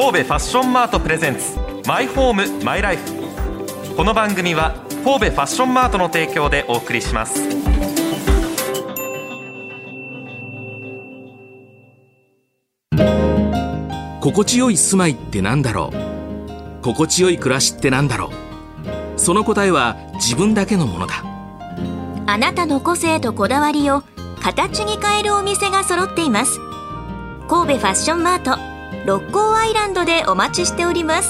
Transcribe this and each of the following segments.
神戸ファッションマートプレゼンツマイホームマイライフ。この番組は神戸ファッションマートの提供でお送りします。 心地よい住まいってなんだろう、心地よい暮らしってなんだろう。その答えは自分だけのものだ。 あなたの個性とこだわりを形に変えるお店が揃っています。神戸ファッションマート六甲アイランドでお待ちしております。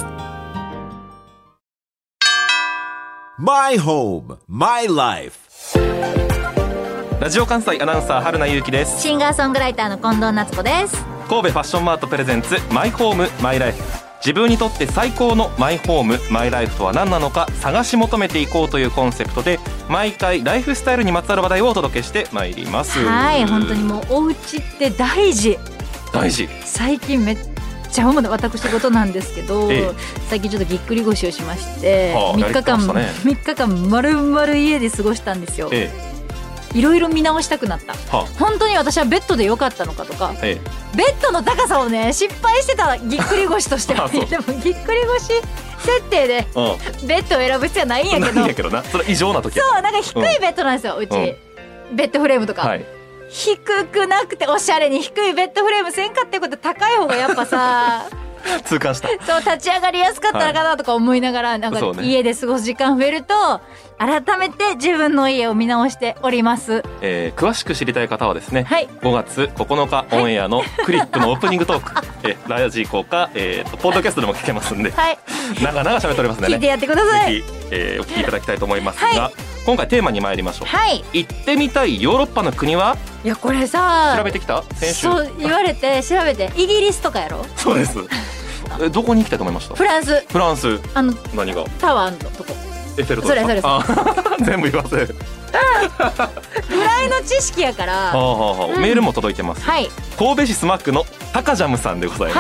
My Home, My Life。 ラジオ関西アナウンサー春名優希です。 シンガーソングライターの近藤夏子です。 神戸ファッションマートプレゼンツマイホームマイライフ。自分にとって最高のマイホームマイライフとは何なのか探し求めていこうというコンセプトで、毎回ライフスタイルにまつわる話題をお届けしてまいります。 はい、本当にもうお家って大事。最近めっちゃ主な私事なんですけど、最近ちょっとぎっくり腰をしまして、3日間丸々家で過ごしたんですよ。いろいろ見直したくなった。本当に私はベッドで良かったのかとか、ベッドの高さをね失敗してたぎっくり腰としてはでもぎっくり腰設定でベッドを選ぶ必要はないんやけどな。それ異常な時。 そう、なんか低いベッドなんですよ、うち。ベッドフレームとか、低くなくておしゃれに低いベッドフレームせんかってこと、高い方がやっぱさ痛感した。 そう、立ち上がりやすかったのかなとか思いながら、なんか家で過ごす時間増えると改めて自分の家を見直しております。 詳しく知りたい方はですね、5月9日オンエアのクリップのオープニングトーク、ラジコか、ポッドキャストでも聞けますんで、長々喋っておりますんでね、 聞いてやってください。 ぜひ、お聞きいただきたいと思いますが、今回テーマに参りましょう。行ってみたいヨーロッパの国は。 いや、これさ調べてきた？先週そう言われて調べて、イギリスとかやろ。 そうです。どこに行きたいと思いました？ フランス。 何が？ タワーのとこ。 エッフェル塔ですか？全部言わせるぐらいの知識やから。 メールも届いてます。神戸市スマックのタカジャムさんでございます。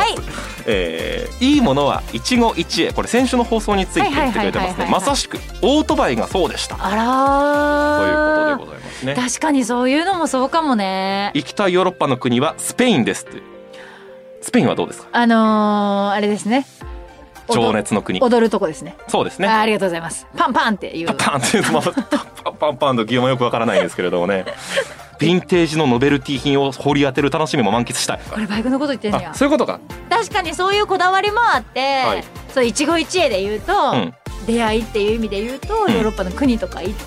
いいものは一期一会。これ先週の放送について言ってくれてますね。まさしくオートバイがそうでした。 あらということでございますね。 確かにそういうのもそうかもね。 行きたいヨーロッパの国はスペインですって。スペインはどうですか？ あれですね、 情熱の国、 踊るとこですね。 そうですね。 ありがとうございます。パンパンっていうパンっていうパンパンの擬音はよくわからないんですけれどもねヴィンテージのノベルティ品を掘り当てる楽しみも満喫したい。 これバイクのこと言ってんねや。 そういうことか。 確かにそういうこだわりもあって、そう一期一会で言うと、出会いっていう意味で言うと、ヨーロッパの国とか行って、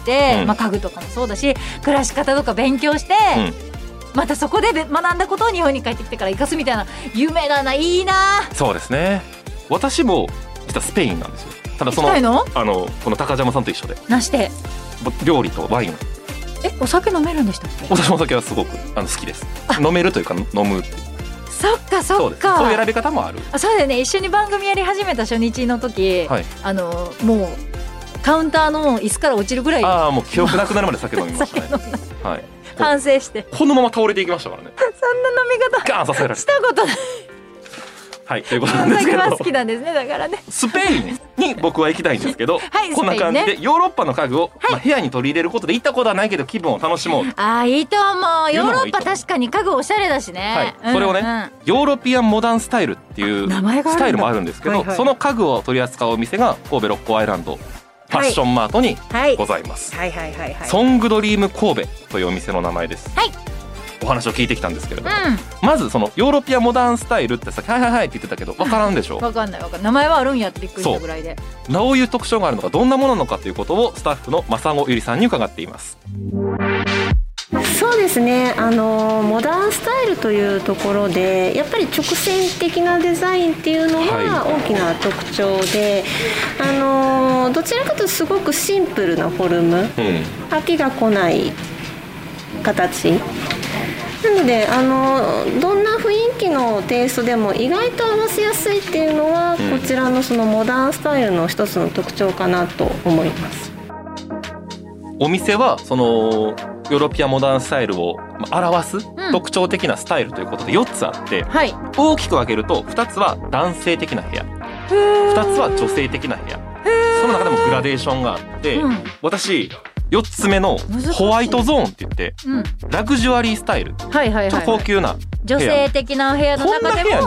家具とかもそうだし暮らし方とか勉強して、またそこで学んだことを日本に帰ってきてから生かすみたいな夢だな。いいな。そうですね。 私も実はスペインなんですよ。ただこの高島さんと一緒でなして料理とワイン。 お酒飲めるんでしたっけ？ 私もお酒はすごく好きです。飲めるというか飲むっていう。 そっかそっか。 そういう選び方もある。 そうだよね。一緒に番組やり始めた初日の時、もうカウンターの椅子から落ちるぐらい、もう記憶なくなるまで酒飲みましたね。 反省してこのまま倒れていきましたからね。 そんな飲み方ガーンさせられしたことない。 ということなんですけど、 お酒は好きなんですね。だからね、 スペインに僕は行きたいんですけど、こんな感じでヨーロッパの家具を部屋に取り入れることで、行ったことはないけど気分を楽しもう。 いいと思う。ヨーロッパ確かに家具おしゃれだしね。 それをね、ヨーロピアンモダンスタイルっていうスタイルもあるんですけど、その家具を取り扱うお店が神戸六甲アイランドファッションマートにございます。ソングドリーム神戸というお店の名前です。お話を聞いてきたんですけれども、まずそのヨーロピアンモダンスタイルってさ、はいって言ってたけど分からんでしょ？ 分かんない。名前はあるんやってびっくりしたぐらいで。 どういう特徴があるのか、どんなものなのかということをスタッフの正子ゆりさんに伺っています。 そうですね、モダンスタイルというところでやっぱり直線的なデザインっていうのが大きな特徴で、どちらかというとすごくシンプルなフォルム、飽きが来ない形なので、どんな雰囲気のテイストでも意外と合わせやすいっていうのは、こちらのそのモダンスタイルの一つの特徴かなと思います。 お店はそのヨーロピアンモダンスタイルを表す特徴的なスタイルということで4つあって、大きく分けると2つは男性的な部屋、2つは女性的な部屋。その中でもグラデーションがあって、私4つ目のホワイトゾーンって言って、ラグジュアリースタイル、ちょっと高級な女性的な部屋の中でもこんな部屋に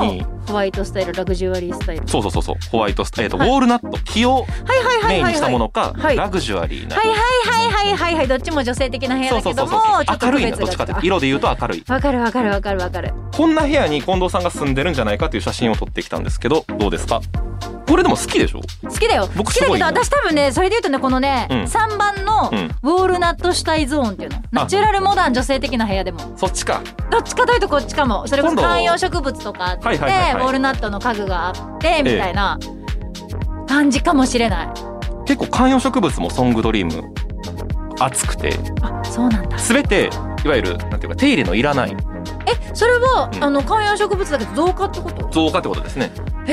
ホワイトスタイル、ラグジュアリースタイル。 そうホワイトスタイル、ウォールナット、木をメインにしたものか、ラグジュアリーな。 はい、どっちも女性的な部屋だけども、ちょっと明るいな、どっちかって色で言うと明るい。 わかる。 こんな部屋に近藤さんが住んでるんじゃないかという写真を撮ってきたんですけど、どうですか？これでも好きでしょ？ 好きだよ。好きだけど、私多分ね、それで言うとね、このね、3番のウォールナット主体ゾーンっていうの、ナチュラルモダン女性的な部屋でも、 そっちか。 どっちかというとこっちかも。それこそ観葉植物とかあって、ウォールナットの家具があってみたいな感じかもしれない。 結構観葉植物もソングドリーム熱くて、 そうなんだ。 全ていわゆるなんていうか手入れのいらない。 それは、観葉植物だけど増加ってこと？ 増加ってことですね。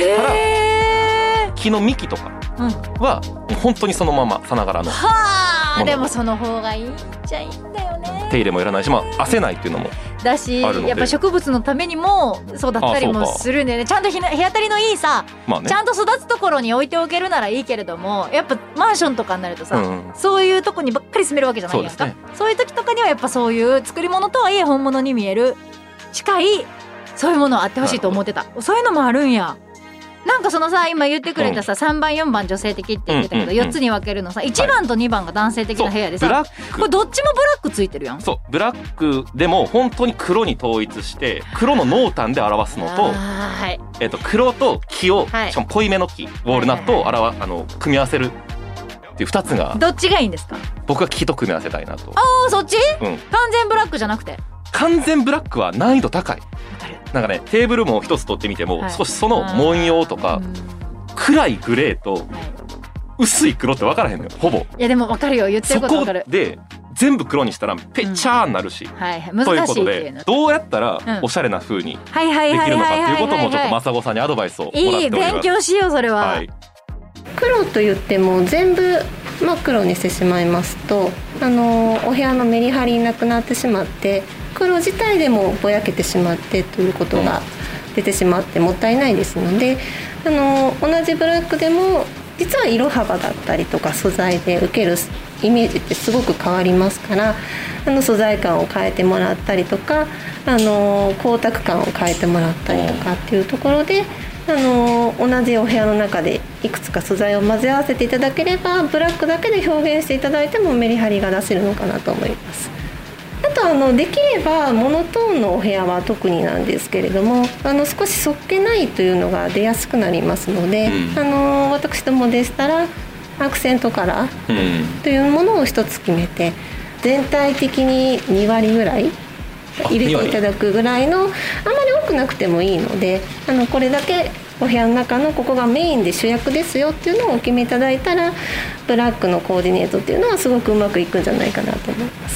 木の幹とかは本当にそのままさながらの。 でもその方がいいっちゃいいんだよね。 手入れもいらないし、汗ないっていうのもだし、やっぱ植物のためにもそうだったりもするんだよね。ちゃんと日当たりのいいさ、ちゃんと育つところに置いておけるならいいけれども、やっぱマンションとかになるとさ、そういうとこにばっかり住めるわけじゃないですか。そういう時とかにはやっぱそういう作り物とはいえ本物に見える近いそういうものあってほしいと思ってた。そういうのもあるんや。なんかそのさ、今言ってくれたさ、3番4番女性的って言ってたけど、4つに分けるのさ、1番と2番が男性的な部屋でさ、これどっちもブラックついてるやん。 そう、ブラックでも本当に黒に統一して黒の濃淡で表すのと、黒と木を、しかも濃いめの木、ウォールナットを組み合わせるっていう2つが、 どっちがいいんですか？ 僕は木と組み合わせたいなと。 そっち？完全ブラックじゃなくて。 完全ブラックは難易度高い。なんかね、テーブルも一つ取ってみても、少しその文様とか暗いグレーと薄い黒って分からへんのよ、ほぼ。いやでも分かるよ、言ってること分かる。 そこで全部黒にしたらペッチャーになるし、ということでどうやったらおしゃれな風にできるのかっていうこともちょっとマサゴさんにアドバイスをもらっております。 いい、勉強しようそれは。 黒と言っても全部真っ黒にしてしまいますと、お部屋のメリハリなくなってしまって、黒自体でもぼやけてしまってということが出てしまってもったいないですので、同じブラックでも実は色幅だったりとか素材で受けるイメージってすごく変わりますから、素材感を変えてもらったりとか、光沢感を変えてもらったりとかっていうところで、同じお部屋の中でいくつか素材を混ぜ合わせていただければ、ブラックだけで表現していただいてもメリハリが出せるのかなと思います。あとできればモノトーンのお部屋は特になんですけれども、少しそっけないというのが出やすくなりますので、私どもでしたらアクセントカラーというものを一つ決めて、全体的に2割ぐらい入れていただくぐらいの、あまり多くなくてもいいので、これだけお部屋の中のここがメインで主役ですよっていうのをお決めいただいたら、ブラックのコーディネートっていうのはすごくうまくいくんじゃないかなと思います。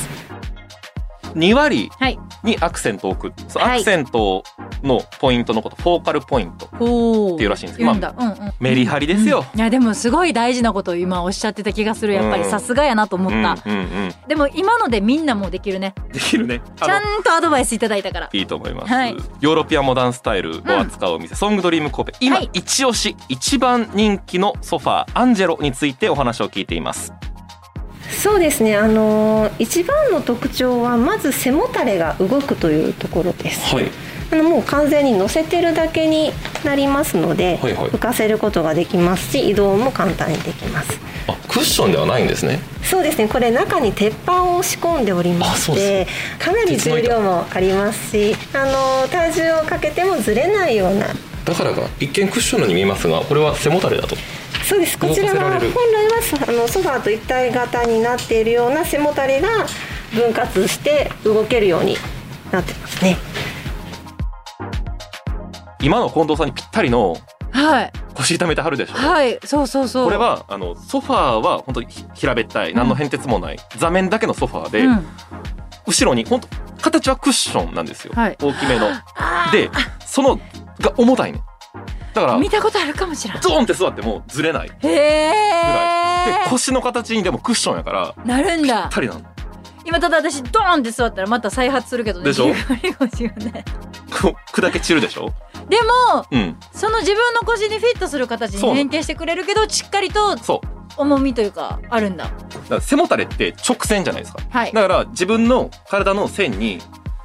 2割にアクセントを置く、アクセントのポイントのこと、フォーカルポイントっていうらしいんですけど、メリハリですよ。 いやでもすごい大事なことを今おっしゃってた気がする。やっぱりさすがやなと思った。でも今のでみんなもできるね。 できるね。 ちゃんとアドバイスいただいたからいいと思います。ヨーロピアンモダンスタイルを扱うお店、ソングドリーム神戸、今一押し一番人気のソファーアンジェロについてお話を聞いています。 そうですね、一番の特徴はまず背もたれが動くというところです。もう完全に乗せてるだけになりますので、浮かせることができますし、移動も簡単にできます。 クッションではないんですね。 そうですね、これ中に鉄板を仕込んでおりまして、かなり重量もありますし、体重をかけてもずれないような。 だからか一見クッションに見えますが、これは背もたれだと。 そうです、こちらは本来はソファーと一体型になっているような背もたれが分割して動けるようになってますね。 今の近藤さんにぴったりの腰痛めてはるでしょ。 そうこれはソファーは本当に平べったい、何の変哲もない座面だけのソファーで、後ろに本当形はクッションなんですよ、大きめの。でそのが重たいね。だから見たことあるかもしれない。 ゾーンって座ってもずれないぐらいで、腰の形にでもクッションやからなるんだ。 ぴったりなの。 今ただ私ドーンって座ったらまた再発するけどね。 でしょ。 砕け散るでしょ。 でも、その自分の腰にフィットする形に変形してくれるけど、しっかりと重みというかあるんだ。だから背もたれって直線じゃないですか、だから自分の体の線に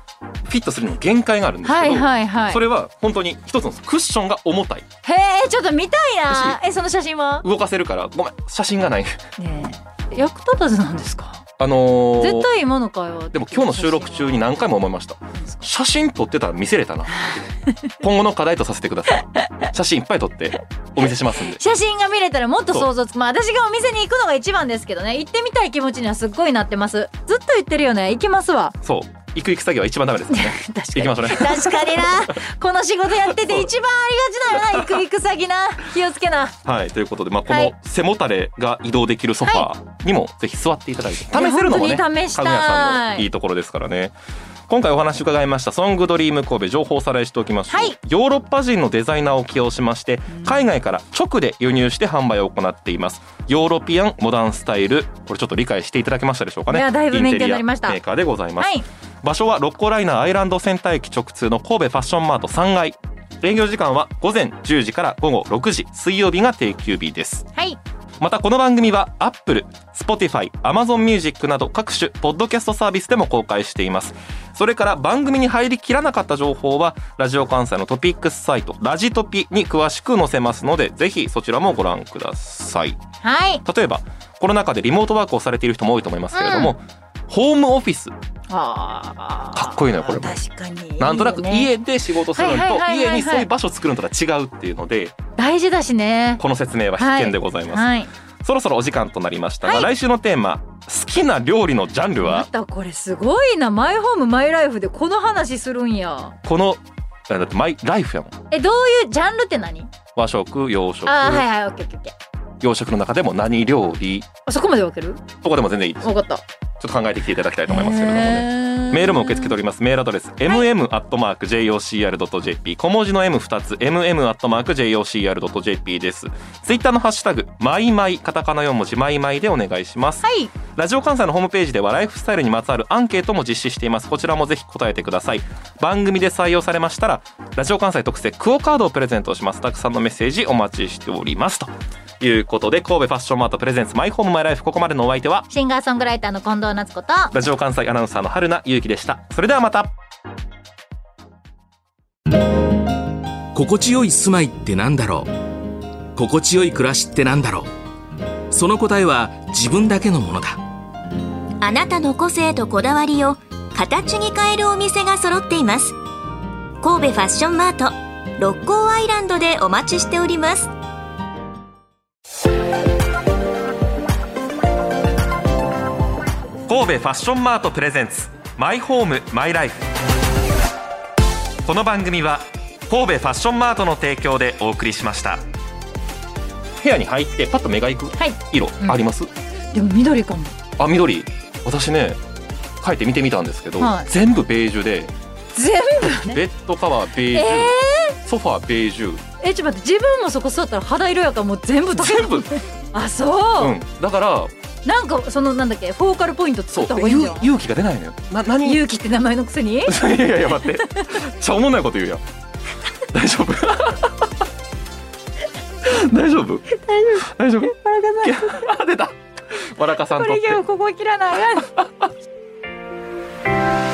フィットするにも限界があるんですけど、それは本当に一つのクッションが重たい。 へえ、ちょっと見たいな。その写真は動かせるから。ごめん、写真がない。 ねえ、役立たずなんですか？絶対いいものかよ。 でも今日の収録中に何回も思いました。写真撮ってたら見せれたな。今後の課題とさせてください。写真いっぱい撮ってお見せしますんで。 写真が見れたらもっと想像つく。私がお店に行くのが一番ですけどね、行ってみたい気持ちにはすっごいなってます。ずっと言ってるよね。行きますわ。 そう、行く作業は一番ダメですね。行きましょうね。 確かにな。この仕事やってて一番ありがちだよな。行く先な。気をつけな。 はい、ということで、この背もたれが移動できるソファーにもぜひ座っていただいて、試せるのもね、家具屋さんのいいところですからね。今回お話伺いましたソングドリーム神戸、情報をおさらいしておきます。ヨーロッパ人のデザイナーを起用しまして、海外から直で輸入して販売を行っています。ヨーロピアンモダンスタイル、これちょっと理解していただけましたでしょうかね。 いや、だいぶ勉強になりました。 インテリアメーカーでございます。場所は六甲ライナーアイランドセンター駅直通の神戸ファッションマート3階。営業時間は午前10時から午後6時、水曜日が定休日です。またこの番組は Apple、Spotify、Amazon Music など各種ポッドキャストサービスでも公開しています。それから番組に入りきらなかった情報はラジオ関西のトピックスサイトラジトピに詳しく載せますので、ぜひそちらもご覧ください。例えばコロナ禍でリモートワークをされている人も多いと思いますけれども、ホームオフィス、かっこいいのよこれも。 確かにいい、ね、 なんとなく家で仕事するのと家にそういう場所を作るのとは違うっていうので大事だしね。 この説明は必見でございます。そろそろお時間となりましたが、来週のテーマ、好きな料理のジャンルは。 またこれすごいな。マイホームマイライフでこの話するんや。 このだってマイライフやもん。 どういうジャンルって何？ 和食、洋食。 オッケー。 洋食の中でも何料理。 そこまで分ける？ そこでも全然いいです。 分かった。 ちょっと考えてきていただきたいと思いますけれどもね。メールも受け付けております。メールアドレス mm@jocr.jp、 小文字の M2 つ mm@jocr.jp です。ツイッターのハッシュタグマイマイ、カタカナ4文字マイマイでお願いします。ラジオ関西のホームページではライフスタイルにまつわるアンケートも実施しています。こちらもぜひ答えてください。番組で採用されましたらラジオ関西特製クオカードをプレゼントします。たくさんのメッセージお待ちしておりますということで、神戸ファッションマートプレゼンツマイホームマイライフ、ここまでのお相手はシンガーソングライターの近藤夏子とラジオ関西アナウンサーの春名優希でした。それではまた。 心地よい住まいってなんだろう、心地よい暮らしってなんだろう、その答えは自分だけのものだ。 あなたの個性とこだわりを形に変えるお店が揃っています。神戸ファッションマート六甲アイランドでお待ちしております。 神戸ファッションマートプレゼンツマイホームマイライフ。この番組は神戸ファッションマートの提供でお送りしました。部屋に入ってパッと目がいく色あります？ でも緑かも。 緑。私ね書いて見てみたんですけど、全部ベージュで、 全部ベッドカバーベージュ、ソファーベージュ。 ちょっと待って、自分もそこ座ったら肌色やからもう全部溶ける。全部そう、 だからなんかそのなんだっけ、フォーカルポイント作った方がいいんじゃん。 勇気が出ないのよ。何勇気って名前のくせに。いや待って、ちゃおもんないこと言うやん。大丈夫大丈夫大丈夫。出た、わらかさんとって。 これ今日ここ切らない。